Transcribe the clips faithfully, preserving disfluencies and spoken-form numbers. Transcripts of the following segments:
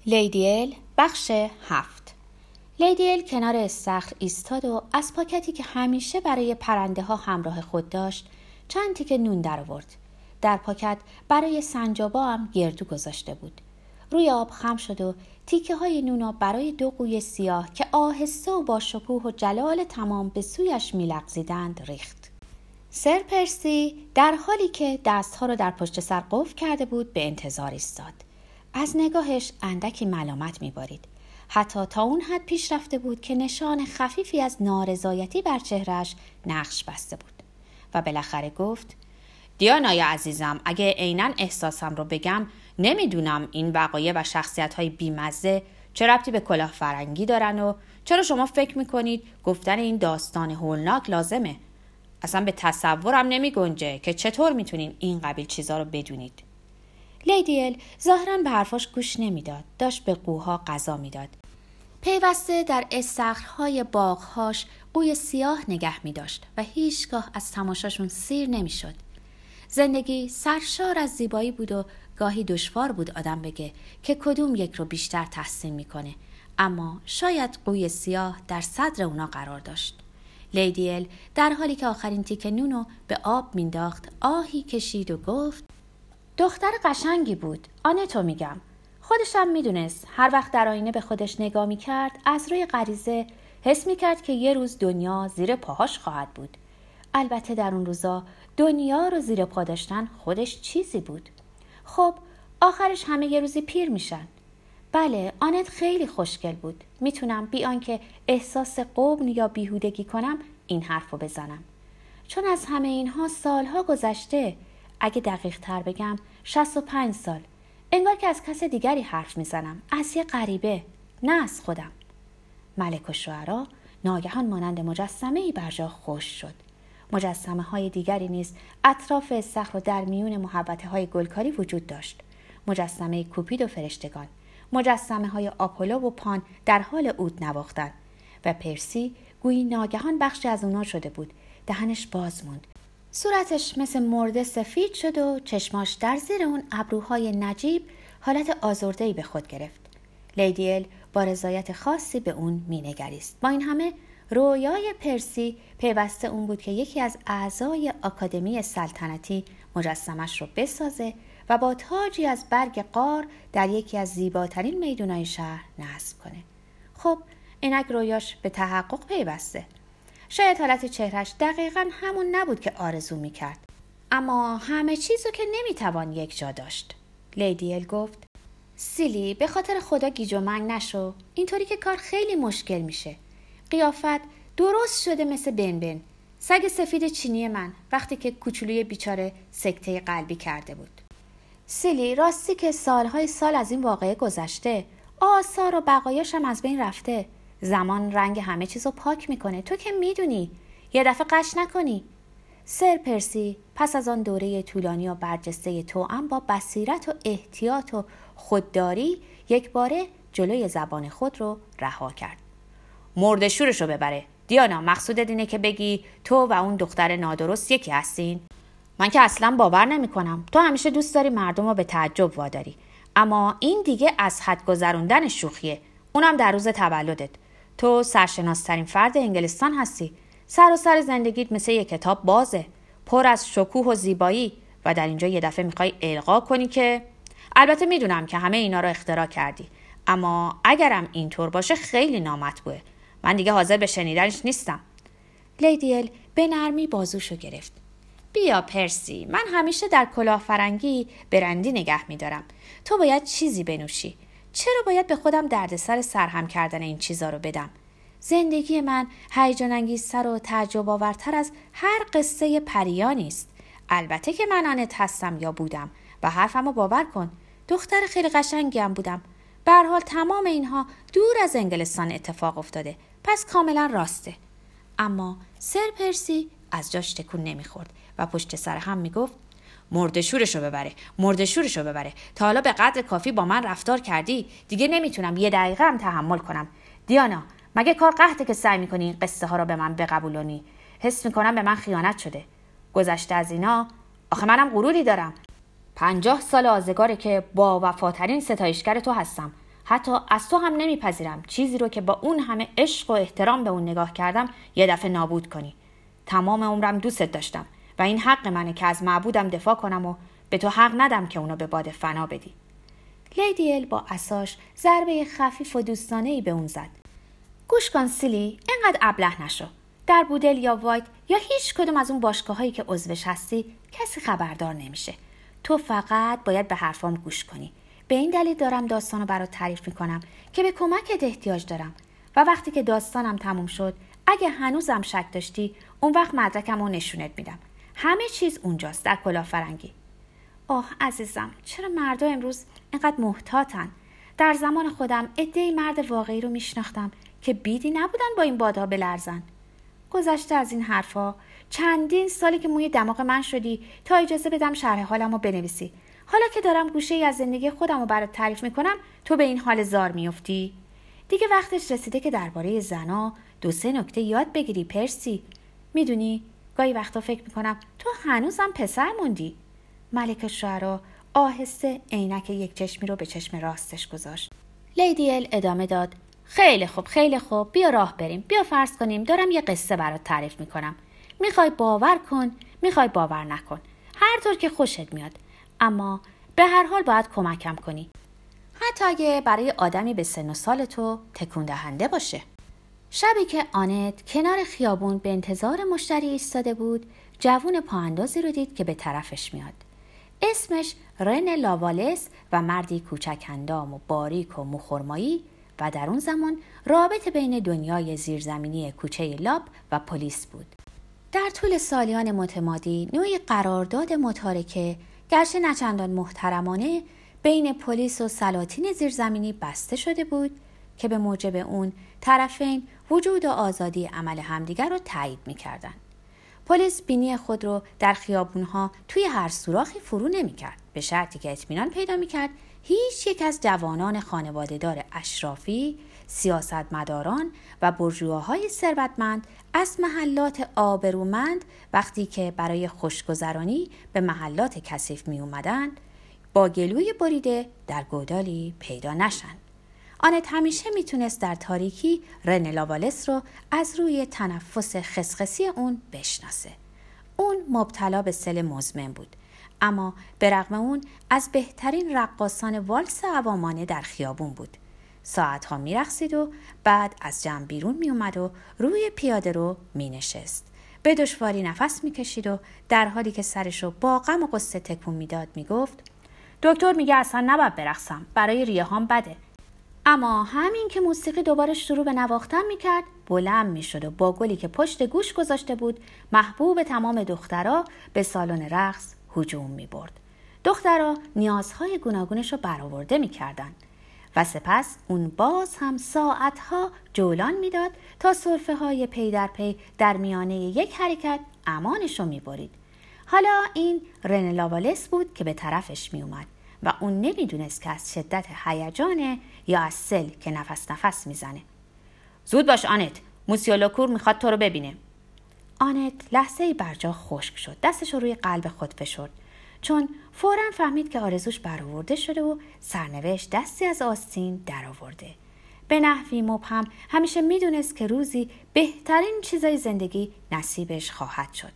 لیدی ال بخش هفت. لیدی ال کنار استخر ایستاد و از پاکتی که همیشه برای پرنده ها همراه خود داشت چند تیکه نون در آورد. در پاکت برای سنجابا هم گردو گذاشته بود. روی آب خم شد و تیکه های نون برای دو قوی سیاه که آهسته و با شکوه و جلال تمام به سویش میلغزیدند ریخت. سر پرسی در حالی که دستها را در پشت سر قفل کرده بود به انتظار ایستاد. از نگاهش اندکی ملامت می‌بارید. حتی تا اون حد پیش رفته بود که نشان خفیفی از نارضایتی بر چهرهش نقش بسته بود و بالاخره گفت: دیانای عزیزم، اگه عیناً احساسم رو بگم، نمیدونم این وقایع و شخصیت‌های بیمزه چه ربطی به کلاه فرنگی دارن و چرا شما فکر میکنید گفتن این داستان هولناک لازمه. اصلا به تصورم نمی گنجه که چطور میتونین این قبیل چیزا رو بدونید. لیدی ال ظاهراً به حرفاش گوش نمیداد. داشت به قوها غذا میداد. پیوسته در استخرهای باغهاش قوی سیاه نگه میداشت و هیچگاه از تماشاشون سیر نمیشد. زندگی سرشار از زیبایی بود و گاهی دشوار بود آدم بگه که کدوم یک رو بیشتر تحسین میکنه، اما شاید قوی سیاه در صدر اونا قرار داشت. لیدی ال در حالی که آخرین تیکه نونو به آب مینداخت آهی کشید و گفت: دختر قشنگی بود، آنتو میگم. خودشم میدونست هر وقت در آینه به خودش نگاه میکرد از روی غریزه حس میکرد که یه روز دنیا زیر پاهاش خواهد بود. البته در اون روزا دنیا رو زیر پا داشتن خودش چیزی بود. خب آخرش همه یه روزی پیر میشن. بله، آنت خیلی خوشگل بود. میتونم بی آنکه احساس غبن یا بیهودگی کنم این حرفو بزنم، چون از همه اینها سالها گذشته. اگه دقیق تر بگم شصت و پنج سال. انگار که از کس دیگری حرف میزنم، از یه غریبه، نه از خودم. ملک الشعرا ناگهان مانند مجسمه‌ای بر جا خشک شد. مجسمه های دیگری نیز اطراف استخر و در میون محوطه های گلکاری وجود داشت. مجسمه کوپید و فرشتگان، مجسمه های آپولو و پان در حال عود نواختن و پرسی گویی ناگهان بخشی از اونا شده بود. دهنش باز موند. صورتش مثل مرده سفید شد و چشماش در زیر اون ابروهای نجیب حالت آزرده‌ای به خود گرفت. لیدی ال با رضایت خاصی به اون مینگریست. با این همه رویای پرسی پیوسته اون بود که یکی از اعضای آکادمی سلطنتی مجسمش رو بسازه و با تاجی از برگ قار در یکی از زیباترین میدونای شهر نصب کنه. خب اینک رویاش به تحقق پیوسته. شاید حالت چهرش دقیقاً همون نبود که آرزو میکرد، اما همه چیزو که نمیتوان یک جا داشت. لیدی ال گفت: سیلی، به خاطر خدا گیج و منگ نشو. اینطوری که کار خیلی مشکل میشه. قیافت درست شده مثل بن بن، سگ سفید چینی من، وقتی که کوچولوی بیچاره سکته قلبی کرده بود. سیلی، راستی که سالهای سال از این واقعه گذشته، آثار و بقایاش هم از بین رفته. زمان رنگ همه چیزو پاک میکنه، تو که میدونی. یه دفعه قش نکنی. سر پرسی پس از آن دوره طولانی و برجسته توأم با بصیرت و احتیاط و خودداری یک باره جلوی زبان خود رو رها کرد. مرده شورشو ببره. دیانا، مقصودت اینه که بگی تو و اون دختر نادرست یکی هستین؟ من که اصلا باور نمی کنم. تو همیشه دوست داری مردم رو به تعجب واداری، اما این دیگه از حد گذروندن شوخیه، اونم در روز تولدت. تو سرشناسترین فرد انگلستان هستی. سر و سر زندگیت مثل یک کتاب بازه، پر از شکوه و زیبایی، و در اینجا یه دفعه میخوای القا کنی که... البته میدونم که همه اینا رو اختراع کردی، اما اگرم اینطور باشه خیلی نامطبوعه. من دیگه حاضر به شنیدنش نیستم. لیدی ال به نرمی بازوشو گرفت. بیا پرسی، من همیشه در کلاه فرنگی برندی نگه میدارم. تو باید چیزی بنوشی. چرا باید به خودم دردسر سرهم کردن این چیزا رو بدم؟ زندگی من هیجان انگیزتر و تعجب آورتر از هر قصه پریانی است. البته که من آنت هستم یا بودم و حرفمو باور کن. دختر خیلی قشنگی هم بودم. به هر حال تمام اینها دور از انگلستان اتفاق افتاده، پس کاملا راسته. اما سر پرسی از جاش تکون نمیخورد و پشت سر هم میگفت: مرده شورشو ببره، مرده شورشو ببره. تا حالا به قدر کافی با من رفتار کردی، دیگه نمیتونم یه دقیقه هم تحمل کنم. دیانا، مگه کار قحطه که سعی میکنی این قصه ها رو به من بقبولونی؟ حس میکنم به من خیانت شده. گذشته از اینا، آخه منم غروری دارم. پنجاه سال آزگاره که با وفاترین ستایشگر تو هستم. حتی از تو هم نمیپذیرم چیزی رو که با اون همه عشق و احترام به اون نگاه کردم یه دفعه نابود کنی. تمام عمرم دوستت داشتم و این حق منه که از معبودم دفاع کنم و به تو حق ندم که اونو به باد فنا بدی. لیدی ال با عصاش ضربه خفیف و دوستانه‌ای به اون زد. گوش کن سیلی، اینقدر ابله نشو. در بودل یا وایت یا هیچ کدوم از اون باشگاهایی که عضوش هستی کسی خبردار نمیشه. تو فقط باید به حرفام گوش کنی. به این دلیل دارم داستانو برات تعریف میکنم که به کمکت احتیاج دارم و وقتی که داستانم تموم شد اگه هنوزم شک داشتی اون وقت مدرکمو نشونت میدم. همه چیز اونجاست در کلافرنگی. آه عزیزم، چرا مردا امروز اینقدر محتاطن؟ در زمان خودم عده‌ای مرد واقعی رو میشناختم که بیدی نبودن با این بادها بلرزن. گذشته از این حرفا، چندین سالی که موی دماغ من شدی تا اجازه بدم شرح حالمو بنویسی. حالا که دارم گوشه‌ای از زندگی خودمو برات تعریف میکنم تو به این حال زار میافتی؟ دیگه وقتش رسیده که درباره زنا دو سه نکته یاد بگیری پرسی. میدونی گاهی وقتا فکر میکنم تو هنوزم پسر موندی. ملک الشعرا آهسته عینک یک چشمی رو به چشم راستش گذاشت. لیدی ال ادامه داد: خیلی خوب خیلی خوب، بیا راه بریم. بیا فرض کنیم دارم یه قصه برات تعریف میکنم. میخوای باور کن، میخوای باور نکن، هر طور که خوشت میاد، اما به هر حال باید کمکم کنی، حتی اگه برای آدمی به سن و سال تو تکون دهنده باشه. شبی که آنت کنار خیابون به انتظار مشتری ایستاده بود، جوون پااندازی رو دید که به طرفش میاد. اسمش رن لاوالس و مردی کوچک اندام و باریک و موخرمایی و در اون زمان رابطه بین دنیای زیرزمینی کوچه لاب و پلیس بود. در طول سالیان متمادی نوعی قرارداد متارکه گرچه نچندان محترمانه بین پلیس و سلاطین زیرزمینی بسته شده بود که به موجب اون طرفین وجود و آزادی عمل همدیگر رو تایید می‌کردند. پلیس بینی خود رو در خیابونها توی هر سوراخی فرو نمی‌کرد، به شرطی که اطمینان پیدا می‌کرد هیچ یک از جوانان خانواده‌دار اشرافی، سیاستمداران و بورژواهای ثروتمند از محلات آبرومند وقتی که برای خوشگذرانی به محلات کثیف می اومدن با گلوی بریده در گودالی پیدا نشن. آنت همیشه میتونست در تاریکی رن لاوالس رو از روی تنفس خسخسی اون بشناسه. اون مبتلا به سل مزمن بود، اما به رغم اون از بهترین رقاصان والس عوامانه در خیابون بود. ساعتها میرقصید و بعد از جمع بیرون میومد و روی پیاده رو مینشست. به دشواری نفس میکشید و در حالی که سرشو با غم و غصه تکون میداد میگفت: دکتر میگه اصلا نباید برقصم، برای ریه هام بده. اما همین که موسیقی دوباره شروع به نواختن میکرد بلند میشد و با گلی که پشت گوش گذاشته بود محبوب تمام دخترها به سالن رقص هجوم میبرد. دخترها نیازهای گوناگونش رو برآورده میکردن و سپس اون باز هم ساعتها جولان میداد تا سرفه های پی در پی در میانه یک حرکت امانش رو میبرید. حالا این رن لاوالس بود که به طرفش میومد و اون نمیدونست که از شدت هیجان یا از سل که نفس نفس میزنه. زود باش آنت، موسیو لوکور میخواد تو رو ببینه. آنت لحظه‌ای برجا خشک شد، دستش رو روی قلب خود فشرد، چون فوراً فهمید که آرزوش برآورده شده و سرنوشت دستی از آستین درآورده. به نحوی مبهم همیشه میدونست که روزی بهترین چیزای زندگی نصیبش خواهد شد.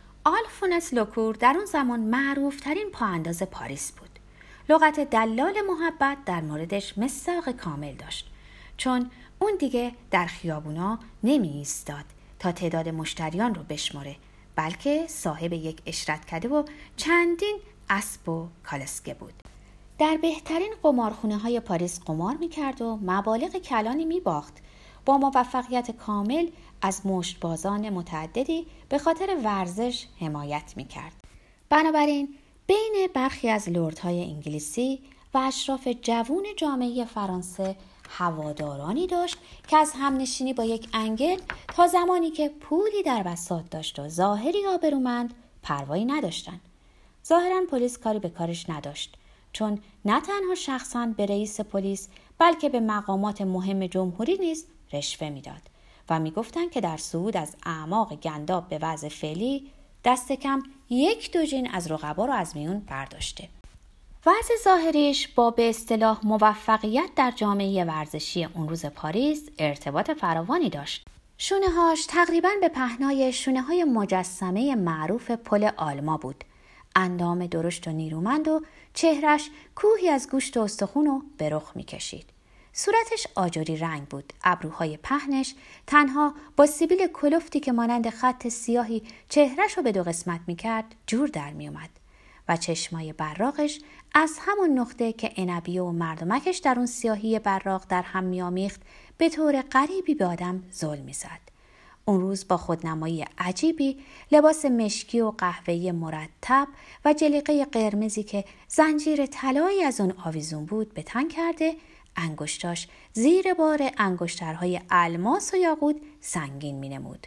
آلفونس لوکور در اون زمان معروفترین پاانداز پاریس بود. لغت دلال محبت در موردش مصداق کامل داشت، چون اون دیگه در خیابونا نمی ایستاد تا تعداد مشتریان رو بشماره، بلکه صاحب یک اشرتکده و چندین اسب و کالسکه بود. در بهترین قمارخونه های پاریس قمار می کرد و مبالغ کلانی می باخت، با موفقیت کامل از مشتبازان متعددی به خاطر ورزش حمایت می کرد. بنابراین بین برخی از لردهای انگلیسی و اشراف جوون جامعه فرانسه هوادارانی داشت که از همنشینی با یک انگل تا زمانی که پولی در بساط داشت و ظاهری آبرومند پروایی نداشتند. ظاهراً پلیس کاری به کارش نداشت، چون نه تنها شخصاً به رئیس پلیس بلکه به مقامات مهم جمهوری نیز رشوه میداد و میگفتند که در صعود از اعماق گنداب به وضع فعلی دست کم یک دوجین از رقبا رو از میون برداشته. وضع ظاهریش با به اصطلاح موفقیت در جامعه ورزشی اون روز پاریس ارتباط فراوانی داشت. شونه‌هاش تقریباً به پهنای شونه‌های مجسمه معروف پل آلما بود. اندام درشت و نیرومند و چهرش کوهی از گوشت و استخون رو به رخ می‌کشید. صورتش آجری رنگ بود. ابروهای پهنش تنها با سیبیل کلفتی که مانند خط سیاهی چهرش رو به دو قسمت می‌کرد جور در می‌اومد و چشمای براقش از همون نقطه که عنبیه و مردمکش در اون سیاهی براق در هم می‌آمیخت به طور غریبی به آدم ظلم می‌زد. اون روز با خودنمایی عجیبی لباس مشکی و قهوه‌ای مرتب و جلیقه قرمزی که زنجیر طلایی از اون آویزون بود به تن کرده، انگشتاش زیر بار انگشترهای الماس و یاقوت سنگین می‌نمود.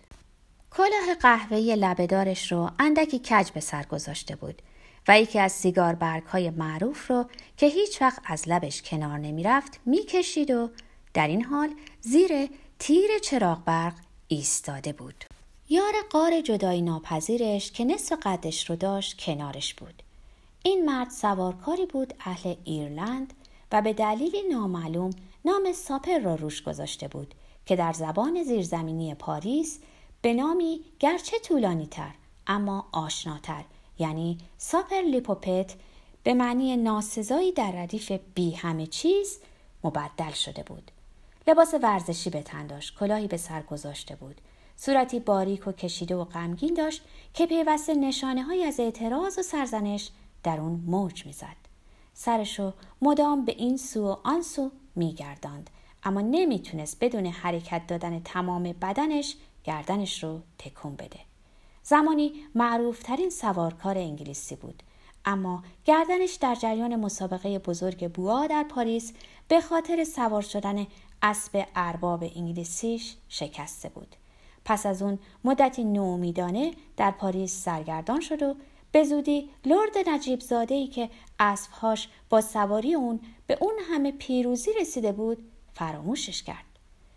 کلاه قهوه‌ای لبه‌دارش رو اندکی کج به سر گذاشته بود و یکی از سیگار برگ‌های معروف رو که هیچ وقت از لبش کنار نمی‌رفت می‌کشید و در این حال زیر تیر چراغ برق ایستاده بود. یار غار جدایی ناپذیرش که نصف قدش رو داشت کنارش بود. این مرد سوارکاری بود اهل ایرلند و به دلیلی نامعلوم نام ساپر را روش گذاشته بود که در زبان زیرزمینی پاریس به نامی گرچه طولانی تر اما آشناتر، یعنی ساپر لیپوپت، به معنی ناسزایی در ردیف بی همه چیز مبدل شده بود. لباس ورزشی به تن داشت، کلاهی به سر گذاشته بود، صورتی باریک و کشیده و غمگین داشت که پیوسته نشانه‌هایی از اعتراض و سرزنش در اون موج می‌زد. سرشو مدام به این سو و آن سو می‌گرداند، اما نمی‌تونست بدون حرکت دادن تمام بدنش گردنش رو تکون بده. زمانی معروف‌ترین سوارکار انگلیسی بود، اما گردنش در جریان مسابقه بزرگ بوآ در پاریس به خاطر سوار شدن اسب ارباب انگلیسیش شکسته بود. پس از اون مدتی نومیدانه در پاریس سرگردان شد و به زودی لرد نجیب زاده‌ای که اسبهاش با سواری اون به اون همه پیروزی رسیده بود فراموشش کرد.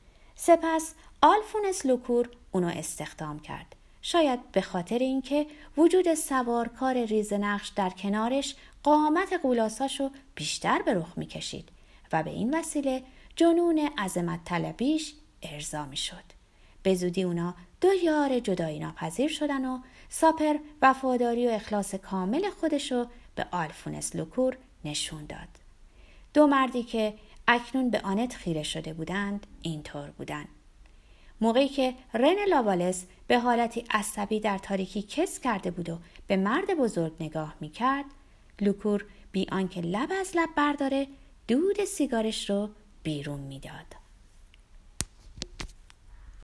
سپس آلفونس لوکور اونو استخدام کرد، شاید به خاطر اینکه وجود سوارکار ریزنقش در کنارش قامت قولاساشو بیشتر به رخ می‌کشید و به این وسیله جنون عظمت طلبیش ارضا می‌شد. به زودی اونا دو یار جدایی ناپذیر شدن و ساپر وفاداری و اخلاص کامل خودشو به آلفونس لوکور نشون داد. دو مردی که اکنون به آنت خیره شده بودند اینطور بودند. موقعی که رن لاوالس به حالتی عصبی در تاریکی کس کرده بود و به مرد بزرگ نگاه میکرد، لوکور بی آنکه لب از لب برداره دود سیگارش رو بیرون میداد.